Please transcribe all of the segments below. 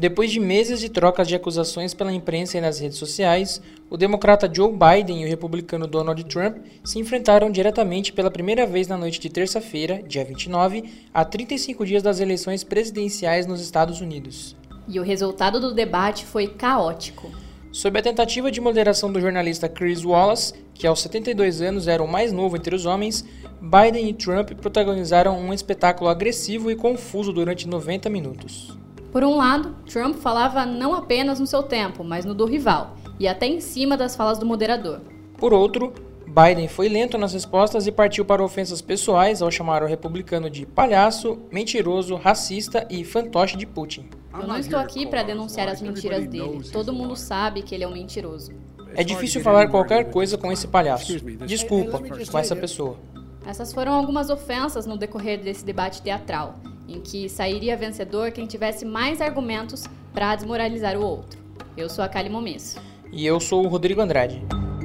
Depois de meses de trocas de acusações pela imprensa e nas redes sociais, o democrata Joe Biden e o republicano Donald Trump se enfrentaram diretamente pela primeira vez na noite de terça-feira, dia 29, a 35 dias das eleições presidenciais nos Estados Unidos. E o resultado do debate foi caótico. Sob a tentativa de moderação do jornalista Chris Wallace, que aos 72 anos era o mais novo entre os homens, Biden e Trump protagonizaram um espetáculo agressivo e confuso durante 90 minutos. Por um lado, Trump falava não apenas no seu tempo, mas no do rival, e até em cima das falas do moderador. Por outro, Biden foi lento nas respostas e partiu para ofensas pessoais ao chamar o republicano de palhaço, mentiroso, racista e fantoche de Putin. Eu não estou aqui para denunciar as mentiras dele. Todo mundo sabe que ele é um mentiroso. É difícil falar qualquer coisa com esse palhaço. Desculpa, com essa pessoa. Essas foram algumas ofensas no decorrer desse debate teatral, em que sairia vencedor quem tivesse mais argumentos para desmoralizar o outro. Eu sou a Kali Momesso. E eu sou o Rodrigo Andrade.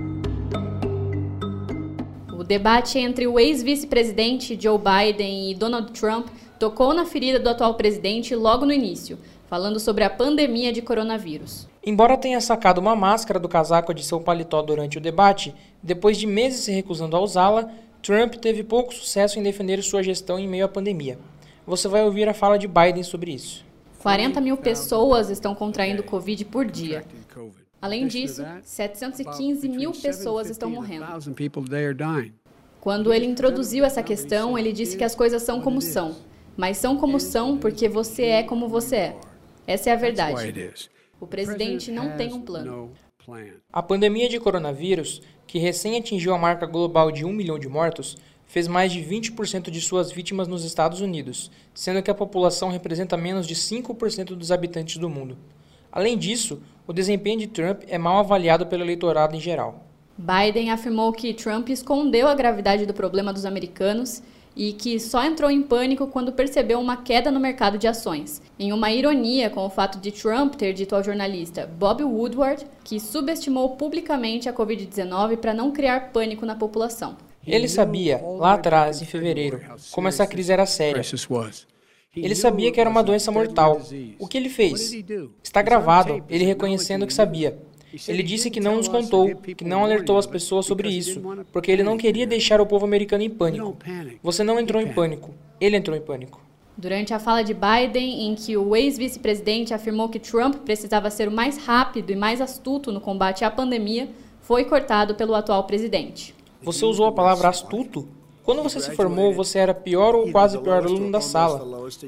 O debate entre o ex-vice-presidente Joe Biden e Donald Trump tocou na ferida do atual presidente logo no início, falando sobre a pandemia de coronavírus. Embora tenha sacado uma máscara do casaco de seu paletó durante o debate, depois de meses se recusando a usá-la, Trump teve pouco sucesso em defender sua gestão em meio à pandemia. Você vai ouvir a fala de Biden sobre isso. 40 mil pessoas estão contraindo Covid por dia. Além disso, 715 mil pessoas estão morrendo. Quando ele introduziu essa questão, ele disse que as coisas são como são. Mas são como são porque você é como você é. Essa é a verdade. O presidente não tem um plano. A pandemia de coronavírus, que recém atingiu a marca global de 1 milhão de mortos, fez mais de 20% de suas vítimas nos Estados Unidos, sendo que a população representa menos de 5% dos habitantes do mundo. Além disso, o desempenho de Trump é mal avaliado pelo eleitorado em geral. Biden afirmou que Trump escondeu a gravidade do problema dos americanos e que só entrou em pânico quando percebeu uma queda no mercado de ações, em uma ironia com o fato de Trump ter dito ao jornalista Bob Woodward que subestimou publicamente a Covid-19 para não criar pânico na população. Ele sabia, lá atrás, em fevereiro, como essa crise era séria. Ele sabia que era uma doença mortal. O que ele fez? Está gravado, ele reconhecendo que sabia. Ele disse que não nos contou, que não alertou as pessoas sobre isso, porque ele não queria deixar o povo americano em pânico. Você não entrou em pânico, ele entrou em pânico. Durante a fala de Biden, em que o ex-vice-presidente afirmou que Trump precisava ser o mais rápido e mais astuto no combate à pandemia, foi cortado pelo atual presidente. Você usou a palavra astuto? Quando você se formou, você era pior ou quase pior aluno da sala.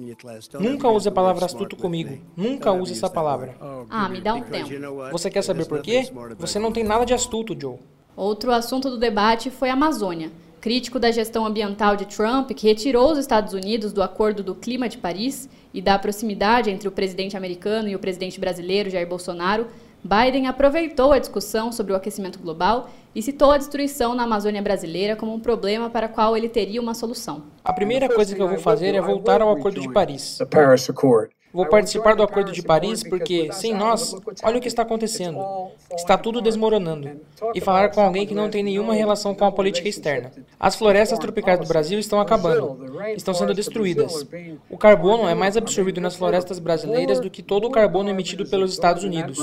Nunca use a palavra astuto comigo. Nunca use essa palavra. Me dá um tempo. Você quer saber por quê? Você não tem nada de astuto, Joe. Outro assunto do debate foi a Amazônia. Crítico da gestão ambiental de Trump, que retirou os Estados Unidos do Acordo do Clima de Paris e da proximidade entre o presidente americano e o presidente brasileiro, Jair Bolsonaro, Biden aproveitou a discussão sobre o aquecimento global e citou a destruição na Amazônia brasileira como um problema para o qual ele teria uma solução. A primeira coisa que eu vou fazer é voltar ao Acordo de Paris. Vou participar do Acordo de Paris porque, sem nós, olha o que está acontecendo. Está tudo desmoronando. E falar com alguém que não tem nenhuma relação com a política externa. As florestas tropicais do Brasil estão acabando. Estão sendo destruídas. O carbono é mais absorvido nas florestas brasileiras do que todo o carbono emitido pelos Estados Unidos.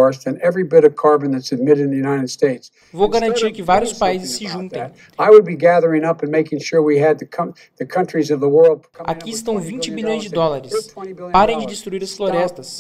Vou garantir que vários países se juntem. Aqui estão 20 bilhões de dólares. Parem de destruir as florestas.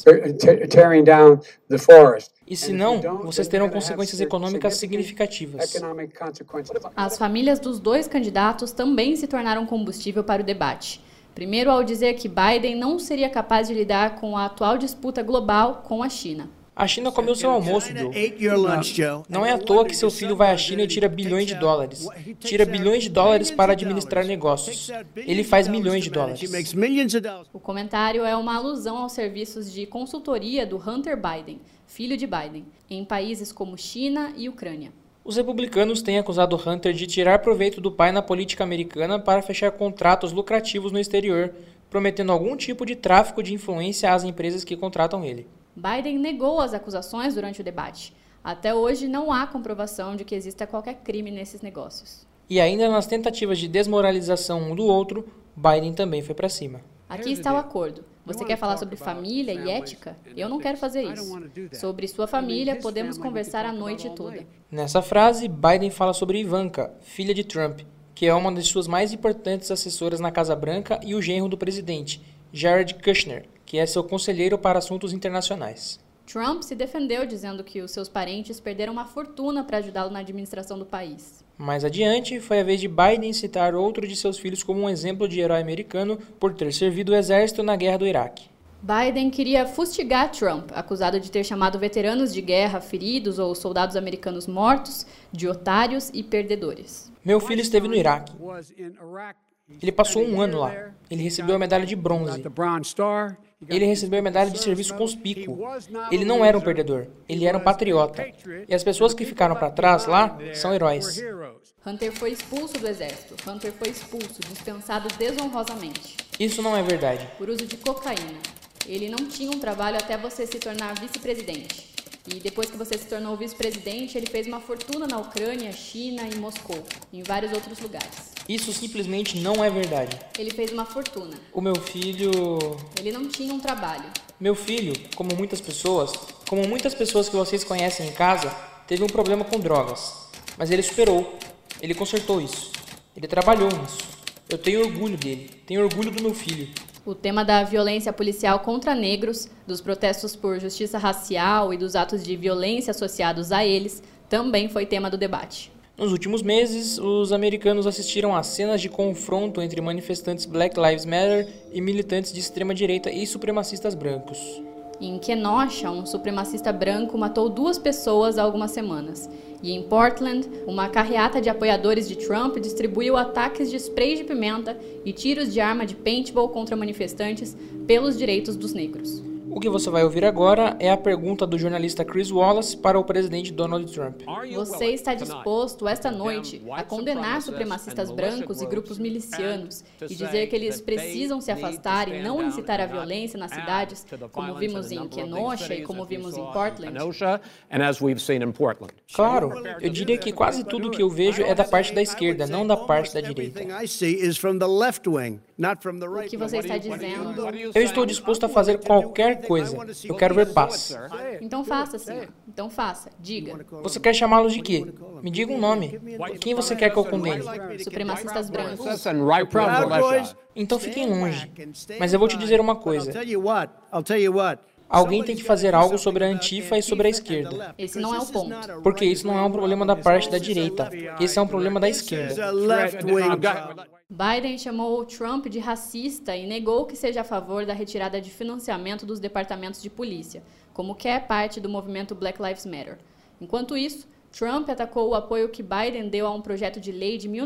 E se não, vocês terão consequências econômicas significativas. As famílias dos dois candidatos também se tornaram combustível para o debate. Primeiro, ao dizer que Biden não seria capaz de lidar com a atual disputa global com a China. A China comeu seu almoço, Joe. Não é à toa que seu filho vai à China e tira bilhões de dólares. Tira bilhões de dólares para administrar negócios. Ele faz milhões de dólares. O comentário é uma alusão aos serviços de consultoria do Hunter Biden, filho de Biden, em países como China e Ucrânia. Os republicanos têm acusado Hunter de tirar proveito do pai na política americana para fechar contratos lucrativos no exterior, prometendo algum tipo de tráfico de influência às empresas que contratam ele. Biden negou as acusações durante o debate. Até hoje não há comprovação de que exista qualquer crime nesses negócios. E ainda nas tentativas de desmoralização um do outro, Biden também foi para cima. Aqui está o acordo. Você quer falar sobre família e ética? Eu não quero fazer isso. Sobre sua família, podemos conversar a noite toda. Nessa frase, Biden fala sobre Ivanka, filha de Trump, que é uma das suas mais importantes assessoras na Casa Branca, e o genro do presidente, Jared Kushner, que é seu conselheiro para assuntos internacionais. Trump se defendeu dizendo que os seus parentes perderam uma fortuna para ajudá-lo na administração do país. Mais adiante, foi a vez de Biden citar outro de seus filhos como um exemplo de herói americano por ter servido o exército na guerra do Iraque. Biden queria fustigar Trump, acusado de ter chamado veteranos de guerra, feridos ou soldados americanos mortos de otários e perdedores. Meu filho esteve no Iraque. Ele passou um ano lá. Ele recebeu a medalha de bronze. Ele recebeu a medalha de serviço conspícuo. Ele não era um perdedor, ele era um patriota. E as pessoas que ficaram para trás lá são heróis. Hunter foi expulso do exército. Hunter foi expulso, dispensado desonrosamente. Isso não é verdade. Por uso de cocaína. Ele não tinha um trabalho até você se tornar vice-presidente. E depois que você se tornou vice-presidente, ele fez uma fortuna na Ucrânia, China e Moscou, e em vários outros lugares. Isso simplesmente não é verdade. Ele fez uma fortuna. O meu filho... Ele não tinha um trabalho. Meu filho, como muitas pessoas que vocês conhecem em casa, teve um problema com drogas. Mas ele superou. Ele consertou isso. Ele trabalhou nisso. Eu tenho orgulho dele. Tenho orgulho do meu filho. O tema da violência policial contra negros, dos protestos por justiça racial e dos atos de violência associados a eles também foi tema do debate. Nos últimos meses, os americanos assistiram a cenas de confronto entre manifestantes Black Lives Matter e militantes de extrema-direita e supremacistas brancos. Em Kenosha, um supremacista branco matou 2 pessoas há algumas semanas. E em Portland, uma carreata de apoiadores de Trump distribuiu ataques de spray de pimenta e tiros de arma de paintball contra manifestantes pelos direitos dos negros. O que você vai ouvir agora é a pergunta do jornalista Chris Wallace para o presidente Donald Trump. Você está disposto, esta noite, a condenar supremacistas brancos e grupos milicianos e dizer que eles precisam se afastar e não incitar a violência nas cidades, como vimos em Kenosha e como vimos em Portland? Claro, eu diria que quase tudo que eu vejo é da parte da esquerda, não da parte da direita. O que você está dizendo? Eu estou disposto a fazer qualquer coisa. Eu quero ver paz. Então faça, senhor. Então faça. Diga. Você quer chamá-los de quê? Me diga um nome. Quem você quer que eu condene? Supremacistas brancos. Então fiquem longe. Mas eu vou te dizer uma coisa. Alguém tem que fazer algo sobre a Antifa e sobre a esquerda. Esse não é o ponto. Porque isso não é um problema da parte da direita. Esse é um problema da esquerda. Biden chamou o Trump de racista e negou que seja a favor da retirada de financiamento dos departamentos de polícia, como quer parte do movimento Black Lives Matter. Enquanto isso, Trump atacou o apoio que Biden deu a um projeto de lei de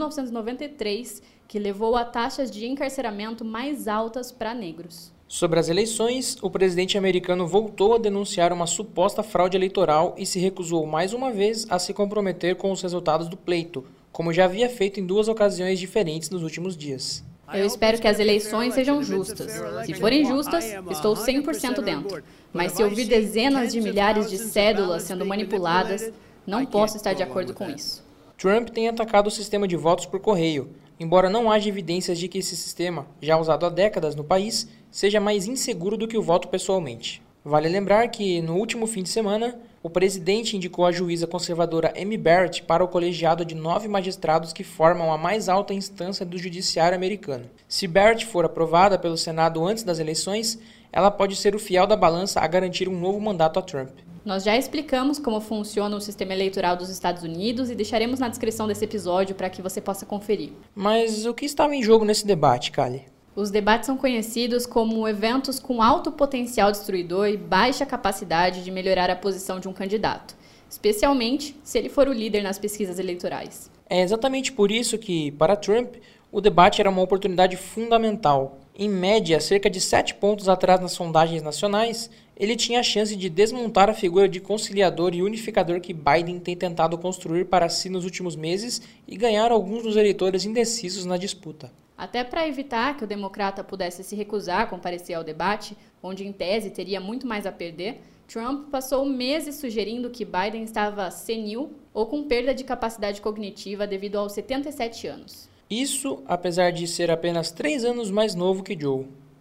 1993 que levou a taxas de encarceramento mais altas para negros. Sobre as eleições, o presidente americano voltou a denunciar uma suposta fraude eleitoral e se recusou mais uma vez a se comprometer com os resultados do pleito, como já havia feito em 2 ocasiões diferentes nos últimos dias. Eu espero que as eleições sejam justas. Se forem justas, estou 100% dentro. Mas se ouvir dezenas de milhares de cédulas sendo manipuladas, não posso estar de acordo com isso. Trump tem atacado o sistema de votos por correio, embora não haja evidências de que esse sistema, já usado há décadas no país, seja mais inseguro do que o voto pessoalmente. Vale lembrar que, no último fim de semana, o presidente indicou a juíza conservadora Amy Barrett para o colegiado de 9 magistrados que formam a mais alta instância do judiciário americano. Se Barrett for aprovada pelo Senado antes das eleições, ela pode ser o fiel da balança a garantir um novo mandato a Trump. Nós já explicamos como funciona o sistema eleitoral dos Estados Unidos e deixaremos na descrição desse episódio para que você possa conferir. Mas o que estava em jogo nesse debate, Kali? Os debates são conhecidos como eventos com alto potencial destruidor e baixa capacidade de melhorar a posição de um candidato, especialmente se ele for o líder nas pesquisas eleitorais. É exatamente por isso que, para Trump, o debate era uma oportunidade fundamental. Em média, cerca de 7 pontos atrás nas sondagens nacionais, ele tinha a chance de desmontar a figura de conciliador e unificador que Biden tem tentado construir para si nos últimos meses e ganhar alguns dos eleitores indecisos na disputa. Até para evitar que o democrata pudesse se recusar a comparecer ao debate, onde em tese teria muito mais a perder, Trump passou meses sugerindo que Biden estava senil ou com perda de capacidade cognitiva devido aos 77 anos. Isso apesar de ser apenas 3 anos mais novo que Joe.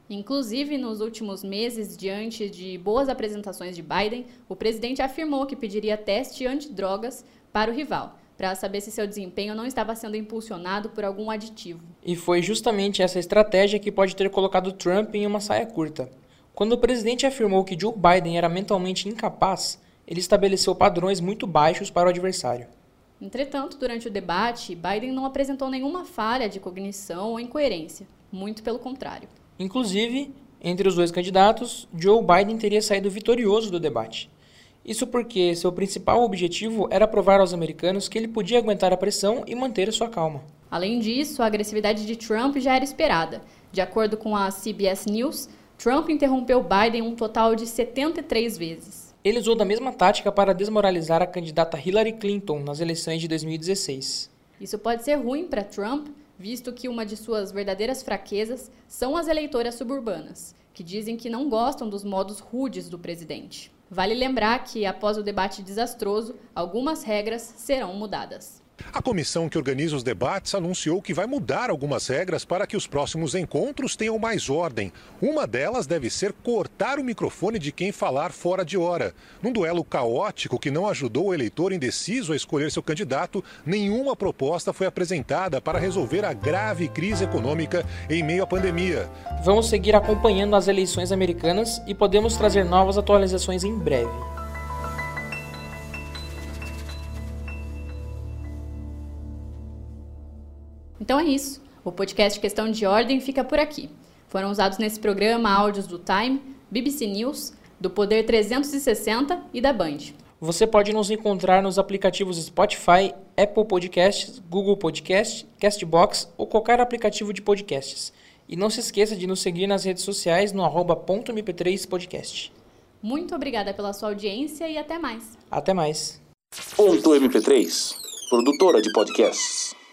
Inclusive, nos últimos meses, diante de boas apresentações de Biden, o presidente afirmou que pediria teste antidrogas para o rival, para saber se seu desempenho não estava sendo impulsionado por algum aditivo. E foi justamente essa estratégia que pode ter colocado Trump em uma saia curta. Quando o presidente afirmou que Joe Biden era mentalmente incapaz, ele estabeleceu padrões muito baixos para o adversário. Entretanto, durante o debate, Biden não apresentou nenhuma falha de cognição ou incoerência, muito pelo contrário. Inclusive, entre os dois candidatos, Joe Biden teria saído vitorioso do debate. Isso porque seu principal objetivo era provar aos americanos que ele podia aguentar a pressão e manter a sua calma. Além disso, a agressividade de Trump já era esperada. De acordo com a CBS News, Trump interrompeu Biden um total de 73 vezes. Ele usou da mesma tática para desmoralizar a candidata Hillary Clinton nas eleições de 2016. Isso pode ser ruim para Trump, visto que uma de suas verdadeiras fraquezas são as eleitoras suburbanas, que dizem que não gostam dos modos rudes do presidente. Vale lembrar que, após o debate desastroso, algumas regras serão mudadas. A comissão que organiza os debates anunciou que vai mudar algumas regras para que os próximos encontros tenham mais ordem. Uma delas deve ser cortar o microfone de quem falar fora de hora. Num duelo caótico que não ajudou o eleitor indeciso a escolher seu candidato, nenhuma proposta foi apresentada para resolver a grave crise econômica em meio à pandemia. Vamos seguir acompanhando as eleições americanas e podemos trazer novas atualizações em breve. Então é isso. O podcast Questão de Ordem fica por aqui. Foram usados nesse programa áudios do Time, BBC News, do Poder 360 e da Band. Você pode nos encontrar nos aplicativos Spotify, Apple Podcasts, Google Podcasts, Castbox ou qualquer aplicativo de podcasts. E não se esqueça de nos seguir nas redes sociais no @.mp3podcast. Muito obrigada pela sua audiência e até mais. Até mais. Ponto MP3, produtora de podcasts.